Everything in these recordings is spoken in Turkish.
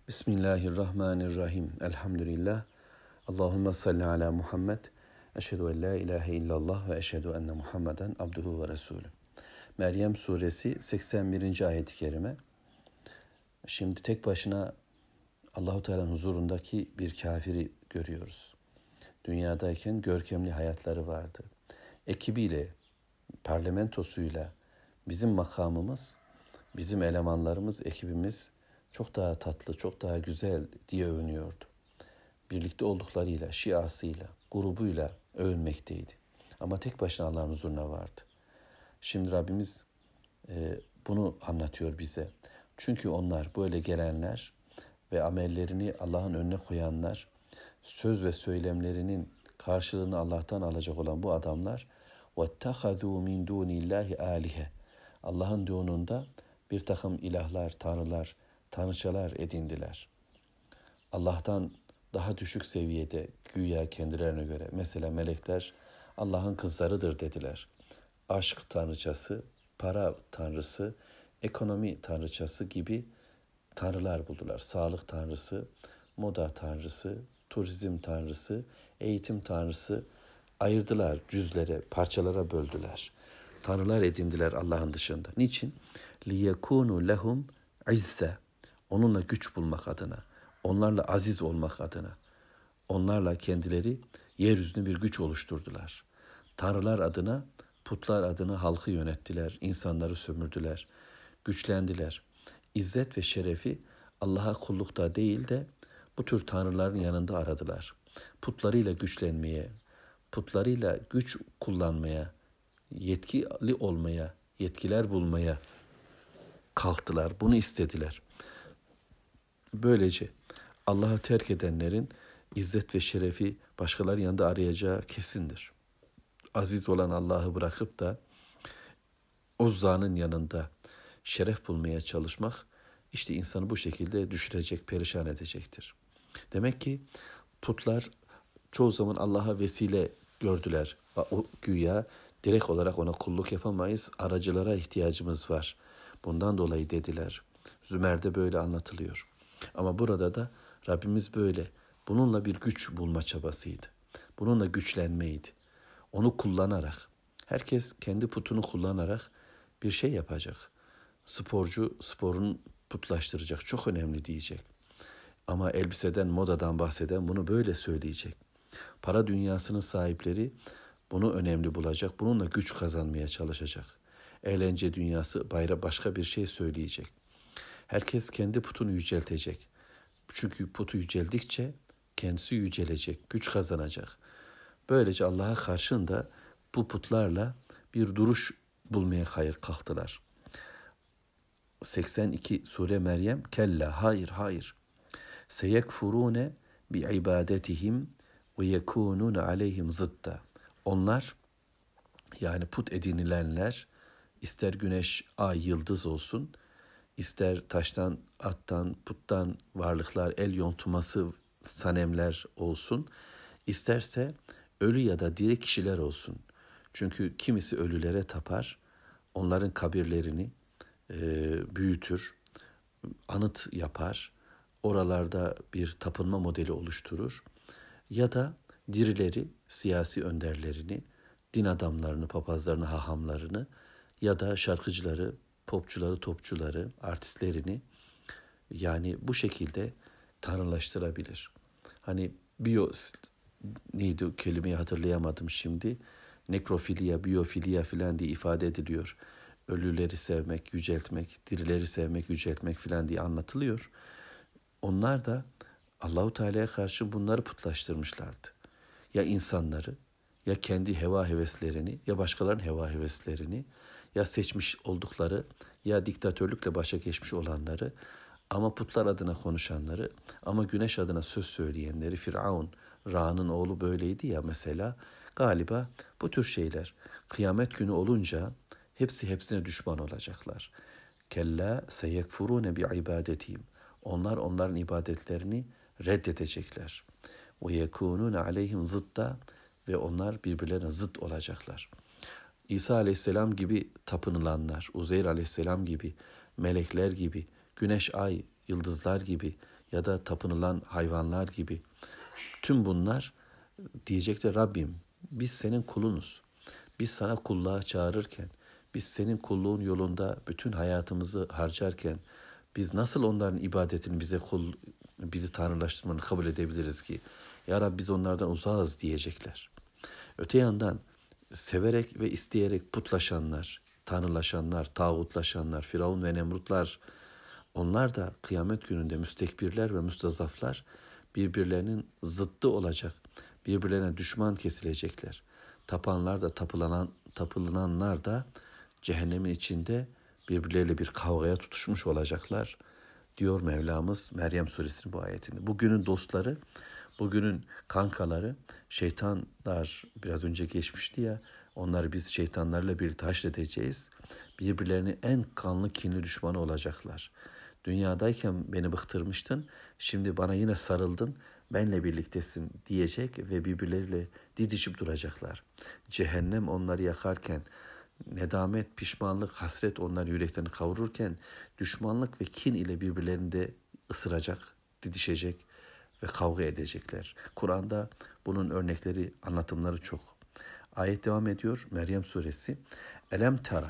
Bismillahirrahmanirrahim. Elhamdülillah. Allahümme salli ala Muhammed. Eşhedü en la ilahe illallah ve eşhedü enne Muhammeden abduhu ve resulü. Meryem suresi 81. ayet-i kerime. Şimdi tek başına Allahu Teala'nın huzurundaki bir kafiri görüyoruz. Dünyadayken görkemli hayatları vardı. Ekibiyle, parlamentosuyla bizim makamımız, bizim elemanlarımız, ekibimiz çok daha tatlı, çok daha güzel diye övünüyordu. Birlikte olduklarıyla, şiasıyla, grubuyla övünmekteydi. Ama tek başına Allah'ın huzuruna vardı. Şimdi Rabbimiz bunu anlatıyor bize. Çünkü onlar böyle gelenler ve amellerini Allah'ın önüne koyanlar, söz ve söylemlerinin karşılığını Allah'tan alacak olan bu adamlar وَاتَّخَذُوا مِنْ دُونِ اللّٰهِ آلِهَ Allah'ın düğününde bir takım ilahlar, tanrılar, tanrıçalar edindiler. Allah'tan daha düşük seviyede güya kendilerine göre. Mesela melekler Allah'ın kızlarıdır dediler. Aşk tanrıçası, para tanrısı, ekonomi tanrıçası gibi tanrılar buldular. Sağlık tanrısı, moda tanrısı, turizm tanrısı, eğitim tanrısı ayırdılar cüzlere, parçalara böldüler. Tanrılar edindiler Allah'ın dışında. Niçin? لِيَكُونُ لَهُمْ عِزَّةً Onunla güç bulmak adına, onlarla aziz olmak adına, onlarla kendileri yeryüzünde bir güç oluşturdular. Tanrılar adına, putlar adına halkı yönettiler, insanları sömürdüler, güçlendiler. İzzet ve şerefi Allah'a kullukta değil de bu tür tanrıların yanında aradılar. Putlarıyla güçlenmeye, putlarıyla güç kullanmaya, yetkili olmaya, yetkiler bulmaya kalktılar. Bunu istediler. Böylece Allah'ı terk edenlerin izzet ve şerefi başkaları yanında arayacağı kesindir. Aziz olan Allah'ı bırakıp da Uzza'nın yanında şeref bulmaya çalışmak işte insanı bu şekilde düşürecek, perişan edecektir. Demek ki putlar çoğu zaman Allah'a vesile gördüler. O güya direkt olarak ona kulluk yapamayız, aracılara ihtiyacımız var. Bundan dolayı dediler. Zümer'de böyle anlatılıyor. Ama burada da Rabbimiz böyle. Bununla bir güç bulma çabasıydı. Bununla güçlenmeydi. Onu kullanarak, herkes kendi putunu kullanarak bir şey yapacak. Sporcu sporun putlaştıracak. Çok önemli diyecek. Ama elbiseden, modadan bahseden bunu böyle söyleyecek. Para dünyasının sahipleri bunu önemli bulacak. Bununla güç kazanmaya çalışacak. Eğlence dünyası başka bir şey söyleyecek. Herkes kendi putunu yüceltecek. Çünkü putu yüceldikçe kendisi yücelecek, güç kazanacak. Böylece Allah'a karşında bu putlarla bir duruş bulmaya kalktılar. 82 Sure Meryem Kella hayır. Seyekfurune bi ibadetihim ve yekunun aleyhim zıdda. Onlar yani put edinilenler ister güneş, ay, yıldız olsun, ister taştan, attan, puttan varlıklar, el yontuması sanemler olsun, isterse ölü ya da diri kişiler olsun. Çünkü kimisi ölülere tapar, onların kabirlerini büyütür, anıt yapar, oralarda bir tapınma modeli oluşturur. Ya da dirileri, siyasi önderlerini, din adamlarını, papazlarını, hahamlarını ya da şarkıcıları, popçuları, topçuları, artistlerini yani bu şekilde tanrılaştırabilir. Hani neydi kelimeyi hatırlayamadım şimdi. Nekrofiliya, biyofiliya filan diye ifade ediliyor. Ölüleri sevmek, yüceltmek, dirileri sevmek, yüceltmek filan diye anlatılıyor. Onlar da Allahu Teala'ya karşı bunları putlaştırmışlardı. Ya insanları, ya kendi heva heveslerini, ya başkalarının heva heveslerini, ya seçmiş oldukları, ya diktatörlükle başa geçmiş olanları, ama putlar adına konuşanları, ama güneş adına söz söyleyenleri, Firavun, Ra'nın oğlu böyleydi ya mesela, galiba bu tür şeyler kıyamet günü olunca hepsine düşman olacaklar. Kella seyekfurune bi ibadetihim. Onlar onların ibadetlerini reddedecekler. Ve yekunun aleyhim zıdda ve onlar birbirlerine zıt olacaklar. İsa aleyhisselam gibi tapınılanlar, Uzeyr aleyhisselam gibi, melekler gibi, güneş, ay, yıldızlar gibi ya da tapınılan hayvanlar gibi. Tüm bunlar diyecekler Rabbim biz senin kulunuz. Biz sana kulluğa çağırırken, biz senin kulluğun yolunda bütün hayatımızı harcarken biz nasıl onların ibadetini bizi tanrılaştırmanı kabul edebiliriz ki? Ya Rabbi biz onlardan uzağız diyecekler. Öte yandan severek ve isteyerek putlaşanlar, tanrılaşanlar, tağutlaşanlar, Firavun ve Nemrutlar, onlar da kıyamet gününde müstekbirler ve müstazaflar birbirlerinin zıttı olacak, birbirlerine düşman kesilecekler. Tapanlar da tapılananlar da cehennemin içinde birbirleriyle bir kavgaya tutuşmuş olacaklar diyor Mevlamız Meryem suresinin bu ayetinde. Bugünün dostları, bugünün kankaları şeytanlar biraz önce geçmişti ya, onları biz şeytanlarla birlikte haşredeceğiz. Birbirlerinin en kanlı kinli düşmanı olacaklar. Dünyadayken beni bıktırmıştın, şimdi bana yine sarıldın, benle birliktesin diyecek ve birbirleriyle didişip duracaklar. Cehennem onları yakarken, nedamet, pişmanlık, hasret onların yüreklerini kavururken, düşmanlık ve kin ile birbirlerini de ısıracak, didişecek ve kavga edecekler. Kur'an'da bunun örnekleri, anlatımları çok. Ayet devam ediyor, Meryem suresi. Elem tara,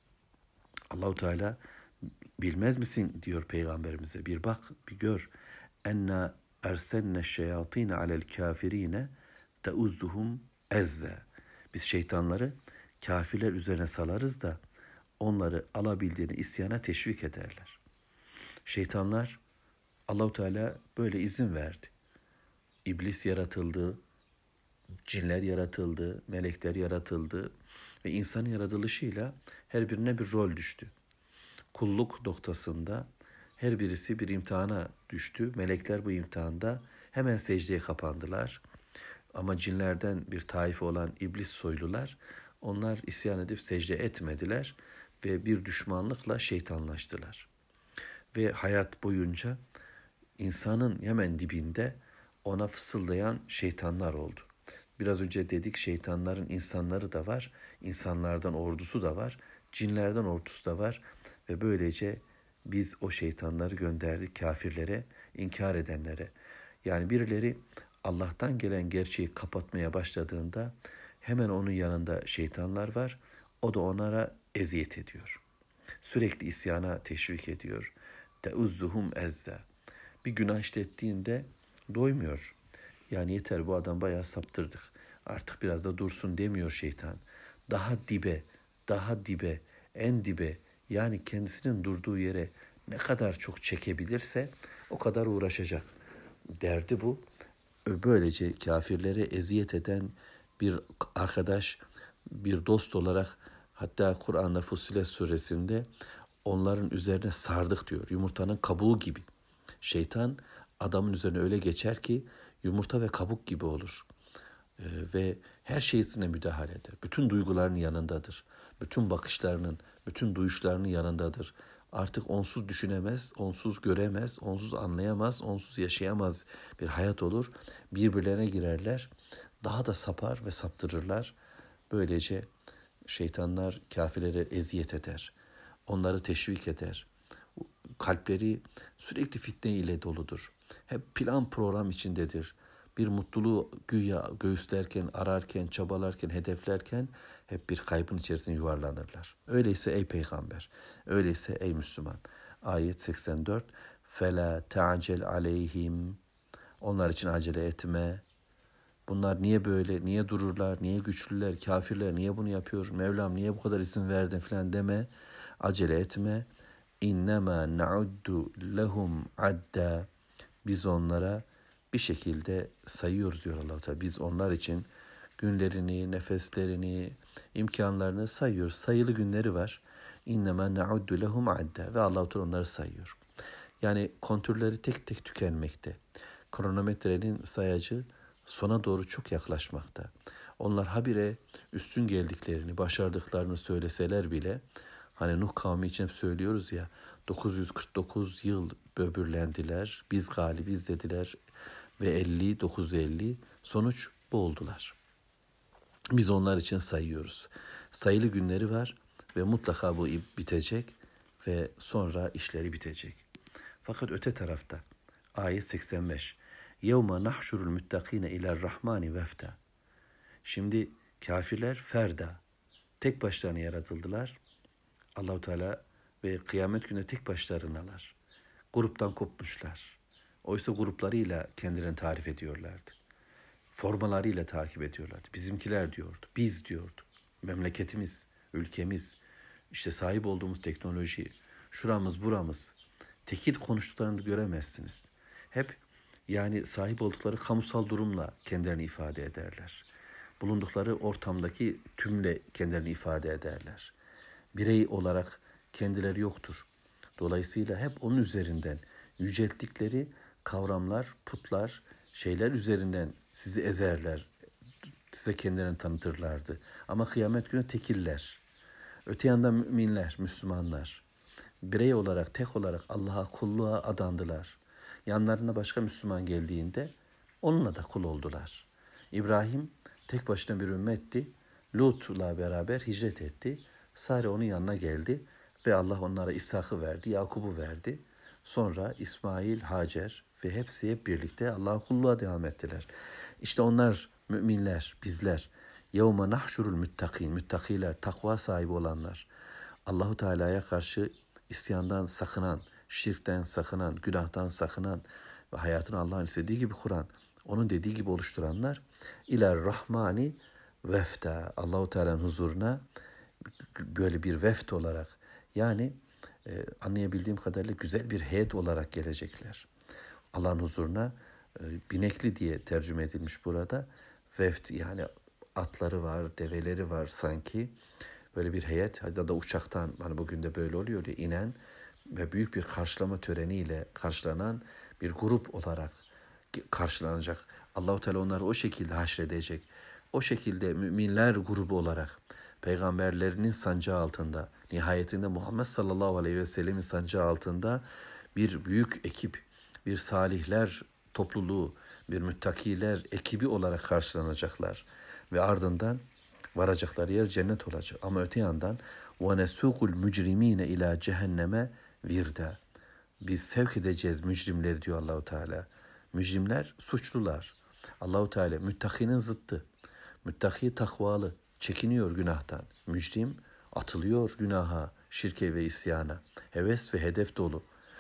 Allahu Teala bilmez misin diyor peygamberimize, bir bak, bir gör. Enna ersenne şeyatine alel kafirine teuzzuhum ezze. Biz şeytanları kafirler üzerine salarız da onları alabildiğini isyana teşvik ederler. Şeytanlar, Allahu Teala böyle izin verdi. İblis yaratıldı, cinler yaratıldı, melekler yaratıldı ve insan yaratılışıyla her birine bir rol düştü. Kulluk noktasında her birisi bir imtihana düştü. Melekler bu imtihanda hemen secdeye kapandılar. Ama cinlerden bir taife olan iblis soylular, onlar isyan edip secde etmediler ve bir düşmanlıkla şeytanlaştılar. Ve hayat boyunca insanın hemen dibinde ona fısıldayan şeytanlar oldu. Biraz önce dedik, şeytanların insanları da var, insanlardan ordusu da var, cinlerden ordusu da var ve böylece biz o şeytanları gönderdik kafirlere, inkar edenlere. Yani birileri Allah'tan gelen gerçeği kapatmaya başladığında hemen onun yanında şeytanlar var, o da onlara eziyet ediyor. Sürekli isyana teşvik ediyor. Teuzzuhum ezza. Bir günah işlettiğinde doymuyor. Yani yeter, bu adam bayağı saptırdık, artık biraz da dursun demiyor şeytan. Daha dibe, daha dibe, en dibe, yani kendisinin durduğu yere ne kadar çok çekebilirse o kadar uğraşacak. Derdi bu. Böylece kafirlere eziyet eden bir arkadaş, bir dost olarak, hatta Kur'an'da Fussilet suresinde onların üzerine sardık diyor. Yumurtanın kabuğu gibi. Şeytan adamın üzerine öyle geçer ki yumurta ve kabuk gibi olur. Ve her şeysine müdahale eder. Bütün duygularının yanındadır. Bütün bakışlarının, bütün duyuşlarının yanındadır. Artık onsuz düşünemez, onsuz göremez, onsuz anlayamaz, onsuz yaşayamaz bir hayat olur. Birbirlerine girerler, daha da sapar ve saptırırlar. Böylece şeytanlar kafirlere eziyet eder, onları teşvik eder. Kalpleri sürekli fitne ile doludur. Hep plan program içindedir. Bir mutluluğu güya göğüslerken, ararken, çabalarken, hedeflerken hep bir kaybın içerisine yuvarlanırlar. Öyleyse ey peygamber, öyleyse ey Müslüman. Ayet 84. فَلَا تَعْجَلْ عَلَيْهِمْ. Onlar için acele etme. Bunlar niye böyle, niye dururlar, niye güçlüler, kafirler niye bunu yapıyor, Mevlam niye bu kadar izin verdin falan deme. Acele etme. İnnemâ na'uddu lehum adda. Biz onlara bir şekilde sayıyoruz diyor Allah-u Teala. Biz onlar için günlerini, nefeslerini, imkanlarını sayıyoruz. Sayılı günleri var. İnnemâ na'uddu lehum adda. Ve Allah-u Teala onları sayıyor. Yani kontürleri tek tek tükenmekte. Kronometrenin sayacı sona doğru çok yaklaşmakta. Onlar habire üstün geldiklerini, başardıklarını söyleseler bile, hani Nuh kavmi için hep söylüyoruz ya, 949 yıl böbürlendiler, biz galibiz dediler ve 950 sonuç bu oldular. Biz onlar için sayıyoruz. Sayılı günleri var ve mutlaka bu bitecek ve sonra işleri bitecek. Fakat öte tarafta ayet 85. يَوْمَ نَحْشُرُ الْمُتَّقِينَ اِلَى الرَّحْمَانِ وَفْتًا. Şimdi kafirler ferda, tek başlarına yaratıldılar. Allahu Teala ve kıyamet günü tek başlarınalar. Gruptan kopmuşlar. Oysa gruplarıyla kendilerini tarif ediyorlardı. Formalarıyla takip ediyorlardı. Bizimkiler diyordu, biz diyordu. Memleketimiz, ülkemiz, işte sahip olduğumuz teknoloji, şuramız buramız. Tekil konuştuklarını göremezsiniz. Hep yani sahip oldukları kamusal durumla kendilerini ifade ederler. Bulundukları ortamdaki tümle kendilerini ifade ederler. Birey olarak kendileri yoktur. Dolayısıyla hep onun üzerinden yücelttikleri kavramlar, putlar, şeyler üzerinden sizi ezerler, size kendilerini tanıtırlardı. Ama kıyamet günü tekiller. Öte yandan müminler, Müslümanlar, birey olarak, tek olarak Allah'a kulluğa adandılar. Yanlarına başka Müslüman geldiğinde onunla da kul oldular. İbrahim tek başına bir ümmetti. Lut'la beraber hicret etti. Sare onun yanına geldi ve Allah onlara İshak'ı verdi, Yakub'u verdi. Sonra İsmail, Hacer ve hepsi hep birlikte Allah'a kulluğa devam ettiler. İşte onlar müminler, bizler. يَوْمَ نَحْشُرُ الْمُتَّقِينَ. Müttakiler, takva sahibi olanlar. Allahu Teala'ya karşı isyandan sakınan, şirkten sakınan, günahtan sakınan ve hayatını Allah'ın istediği gibi kuran, onun dediği gibi oluşturanlar iler rahmani vefta, Allahu Teala'nın huzuruna böyle bir veft olarak, yani anlayabildiğim kadarıyla güzel bir heyet olarak gelecekler. Allah'ın huzuruna binekli diye tercüme edilmiş burada. Veft yani atları var, develeri var sanki. Böyle bir heyet, hatta da uçaktan, hani bugün de böyle oluyor ya, inen ve büyük bir karşılama töreniyle karşılanan bir grup olarak karşılanacak. Allahu Teala onları o şekilde haşredecek. O şekilde müminler grubu olarak peygamberlerinin sancağı altında, nihayetinde Muhammed sallallahu aleyhi ve sellemin sancağı altında bir büyük ekip, bir salihler topluluğu, bir müttakiler ekibi olarak karşılanacaklar. Ve ardından varacakları yer cennet olacak. Ama öte yandan وَنَسُوقُ الْمُجْرِم۪ينَ اِلٰى cehenneme virda. Biz sevk edeceğiz mücrimleri diyor Allahu Teala. Mücrimler suçlular. Allahu Teala müttakinin zıttı. Müttaki takvalı, çekiniyor günahtan. Mücrim atılıyor günaha, şirke ve isyana. Heves ve hedef dolu.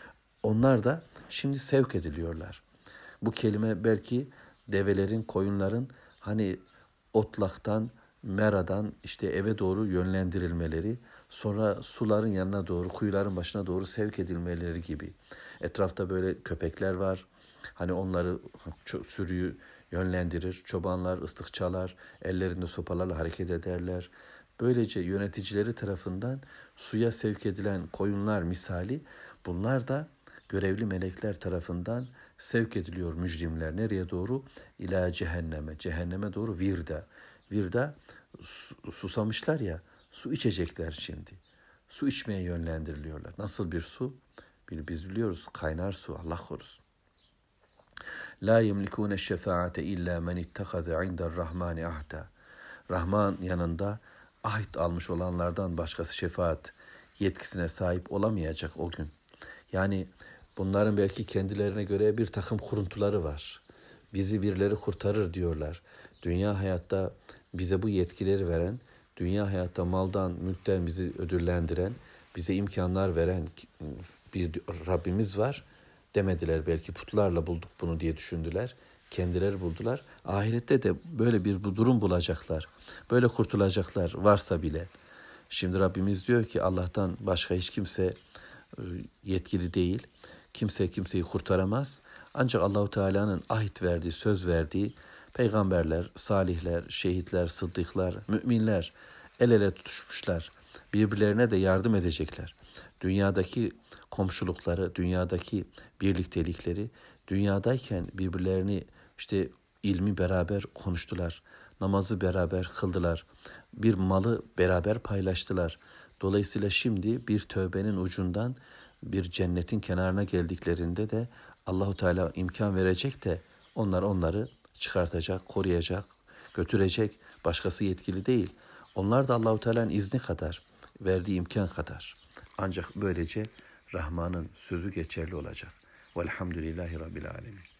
Onlar da şimdi sevk ediliyorlar. Bu kelime belki develerin, koyunların hani otlaktan, meradan işte eve doğru yönlendirilmeleri, sonra suların yanına doğru, kuyuların başına doğru sevk edilmeleri gibi. Etrafta böyle köpekler var. Hani onları, sürüyü yönlendirir. Çobanlar ıslık çalar, ellerinde sopalarla hareket ederler. Böylece yöneticileri tarafından suya sevk edilen koyunlar misali, bunlar da görevli melekler tarafından sevk ediliyor mücrimler. Nereye doğru? İlâ cehenneme. Cehenneme doğru virda. Virda susamışlar ya, su içecekler şimdi. Su içmeye yönlendiriliyorlar. Nasıl bir su? Biz biliyoruz, kaynar su, Allah korusun. La yemlikune şefaate illa men ittekaze indar rahmani ahda. Rahman yanında ahit almış olanlardan başkası şefaat yetkisine sahip olamayacak o gün. Yani bunların belki kendilerine göre bir takım kuruntuları var. Bizi birileri kurtarır diyorlar. Dünya hayatta bize bu yetkileri veren, dünya hayatta maldan, mülkten bizi ödüllendiren, bize imkanlar veren bir Rabbimiz var demediler. Belki putlarla bulduk bunu diye düşündüler. Kendileri buldular. Ahirette de böyle bir durum bulacaklar. Böyle kurtulacaklar varsa bile. Şimdi Rabbimiz diyor ki Allah'tan başka hiç kimse yetkili değil. Kimse kimseyi kurtaramaz. Ancak Allahu Teala'nın ahit verdiği, söz verdiği peygamberler, salihler, şehitler, sıddıklar, müminler el ele tutuşmuşlar. Birbirlerine de yardım edecekler. Dünyadaki komşulukları, dünyadaki birliktelikleri, dünyadayken birbirlerini işte ilmi beraber konuştular. Namazı beraber kıldılar. Bir malı beraber paylaştılar. Dolayısıyla şimdi bir tövbenin ucundan bir cennetin kenarına geldiklerinde de Allahu Teala imkan verecek de onları çıkartacak, koruyacak, götürecek. Başkası yetkili değil. Onlar da Allahu Teala'nın izni kadar, verdiği imkan kadar. Ancak böylece Rahman'ın sözü geçerli olacak. Velhamdülillahi Rabbil Alemin.